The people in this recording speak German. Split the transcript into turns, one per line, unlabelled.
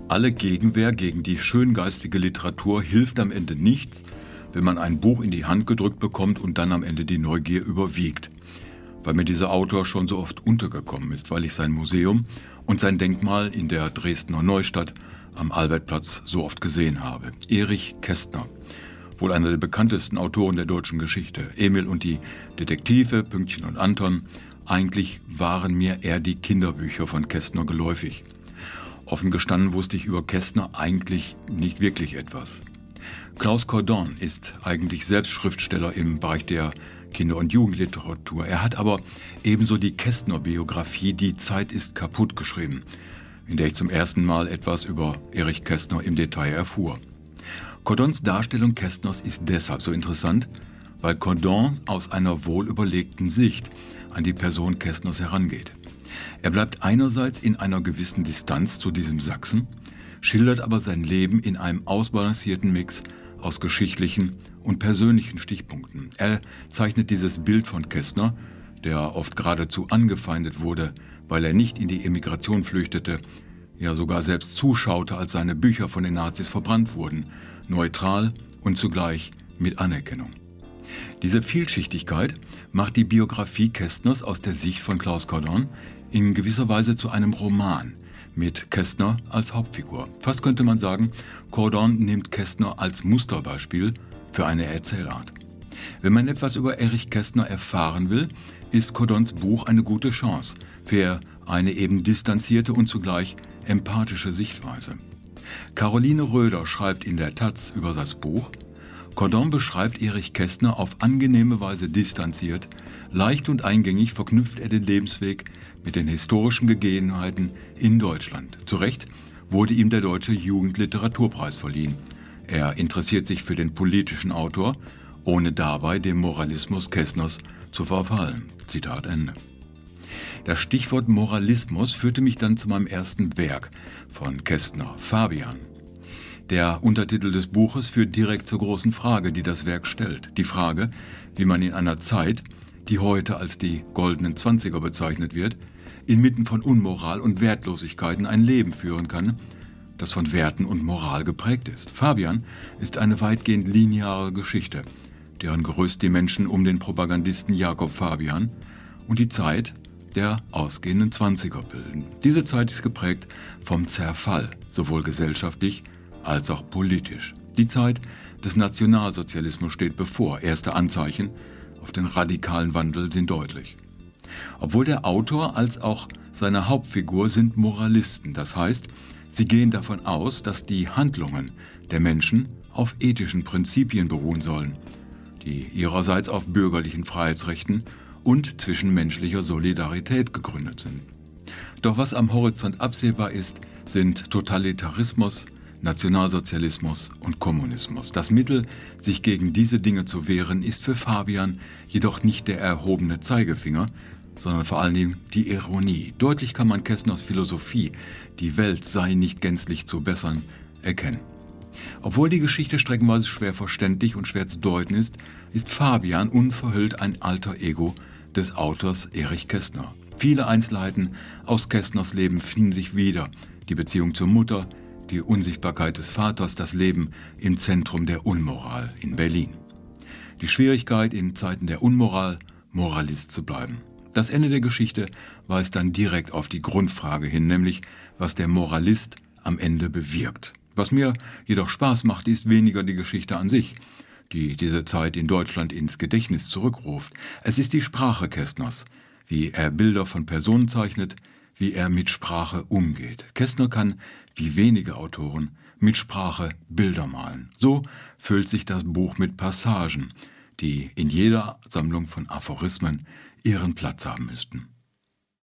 Alle Gegenwehr gegen die schöngeistige Literatur hilft am Ende nichts, wenn man ein Buch in die Hand gedrückt bekommt und dann am Ende die Neugier überwiegt. Weil mir dieser Autor schon so oft untergekommen ist, weil ich sein Museum und sein Denkmal in der Dresdner Neustadt am Albertplatz so oft gesehen habe. Erich Kästner, wohl einer der bekanntesten Autoren der deutschen Geschichte. Emil und die Detektive, Pünktchen und Anton. Eigentlich waren mir eher die Kinderbücher von Kästner geläufig. Offen gestanden wusste ich über Kästner eigentlich nicht wirklich etwas. Klaus Cordon ist eigentlich selbst Schriftsteller im Bereich der Kinder- und Jugendliteratur. Er hat aber ebenso die Kästner-Biografie Die Zeit ist kaputt geschrieben, in der ich zum ersten Mal etwas über Erich Kästner im Detail erfuhr. Cordons Darstellung Kästners ist deshalb so interessant, weil Cordon aus einer wohlüberlegten Sicht an die Person Kästners herangeht. Er bleibt einerseits in einer gewissen Distanz zu diesem Sachsen, schildert aber sein Leben in einem ausbalancierten Mix aus geschichtlichen und persönlichen Stichpunkten. Er zeichnet dieses Bild von Kästner, der oft geradezu angefeindet wurde, weil er nicht in die Emigration flüchtete, ja sogar selbst zuschaute, als seine Bücher von den Nazis verbrannt wurden, neutral und zugleich mit Anerkennung. Diese Vielschichtigkeit macht die Biografie Kästners aus der Sicht von Klaus Cordon in gewisser Weise zu einem Roman mit Kästner als Hauptfigur. Fast könnte man sagen, Cordon nimmt Kästner als Musterbeispiel für eine Erzählart. Wenn man etwas über Erich Kästner erfahren will, ist Cordons Buch eine gute Chance für eine eben distanzierte und zugleich empathische Sichtweise. Caroline Röder schreibt in der taz über das Buch: Cordon beschreibt Erich Kästner auf angenehme Weise distanziert, leicht und eingängig verknüpft er den Lebensweg mit den historischen Gegebenheiten in Deutschland. Zu Recht wurde ihm der Deutsche Jugendliteraturpreis verliehen. Er interessiert sich für den politischen Autor, ohne dabei dem Moralismus Kästners zu verfallen. Zitat Ende. Das Stichwort Moralismus führte mich dann zu meinem ersten Werk von Kästner, Fabian. Der Untertitel des Buches führt direkt zur großen Frage, die das Werk stellt. Die Frage, wie man in einer Zeit, die heute als die goldenen Zwanziger bezeichnet wird, inmitten von Unmoral und Wertlosigkeiten ein Leben führen kann, das von Werten und Moral geprägt ist. Fabian ist eine weitgehend lineare Geschichte, deren Gerüst die Menschen um den Propagandisten Jakob Fabian und die Zeit der ausgehenden Zwanziger bilden. Diese Zeit ist geprägt vom Zerfall, sowohl gesellschaftlich als auch politisch. Die Zeit des Nationalsozialismus steht bevor. Erste Anzeichen auf den radikalen Wandel sind deutlich. Obwohl der Autor als auch seine Hauptfigur sind Moralisten, das heißt, sie gehen davon aus, dass die Handlungen der Menschen auf ethischen Prinzipien beruhen sollen, die ihrerseits auf bürgerlichen Freiheitsrechten und zwischenmenschlicher Solidarität gegründet sind. Doch was am Horizont absehbar ist, sind Totalitarismus, Nationalsozialismus und Kommunismus. Das Mittel, sich gegen diese Dinge zu wehren, ist für Fabian jedoch nicht der erhobene Zeigefinger, sondern vor allem die Ironie. Deutlich kann man Kästners Philosophie, die Welt sei nicht gänzlich zu bessern, erkennen. Obwohl die Geschichte streckenweise schwer verständlich und schwer zu deuten ist Fabian unverhüllt ein alter Ego des Autors Erich Kästner. Viele Einzelheiten aus Kästners Leben finden sich wieder. Die Beziehung zur Mutter, die Unsichtbarkeit des Vaters, das Leben im Zentrum der Unmoral in Berlin. Die Schwierigkeit, in Zeiten der Unmoral Moralist zu bleiben. Das Ende der Geschichte weist dann direkt auf die Grundfrage hin, nämlich was der Moralist am Ende bewirkt. Was mir jedoch Spaß macht, ist weniger die Geschichte an sich, die diese Zeit in Deutschland ins Gedächtnis zurückruft. Es ist die Sprache Kästners, wie er Bilder von Personen zeichnet, wie er mit Sprache umgeht. Kästner kann, wie wenige Autoren, mit Sprache Bilder malen. So füllt sich das Buch mit Passagen, die in jeder Sammlung von Aphorismen ihren Platz haben müssten.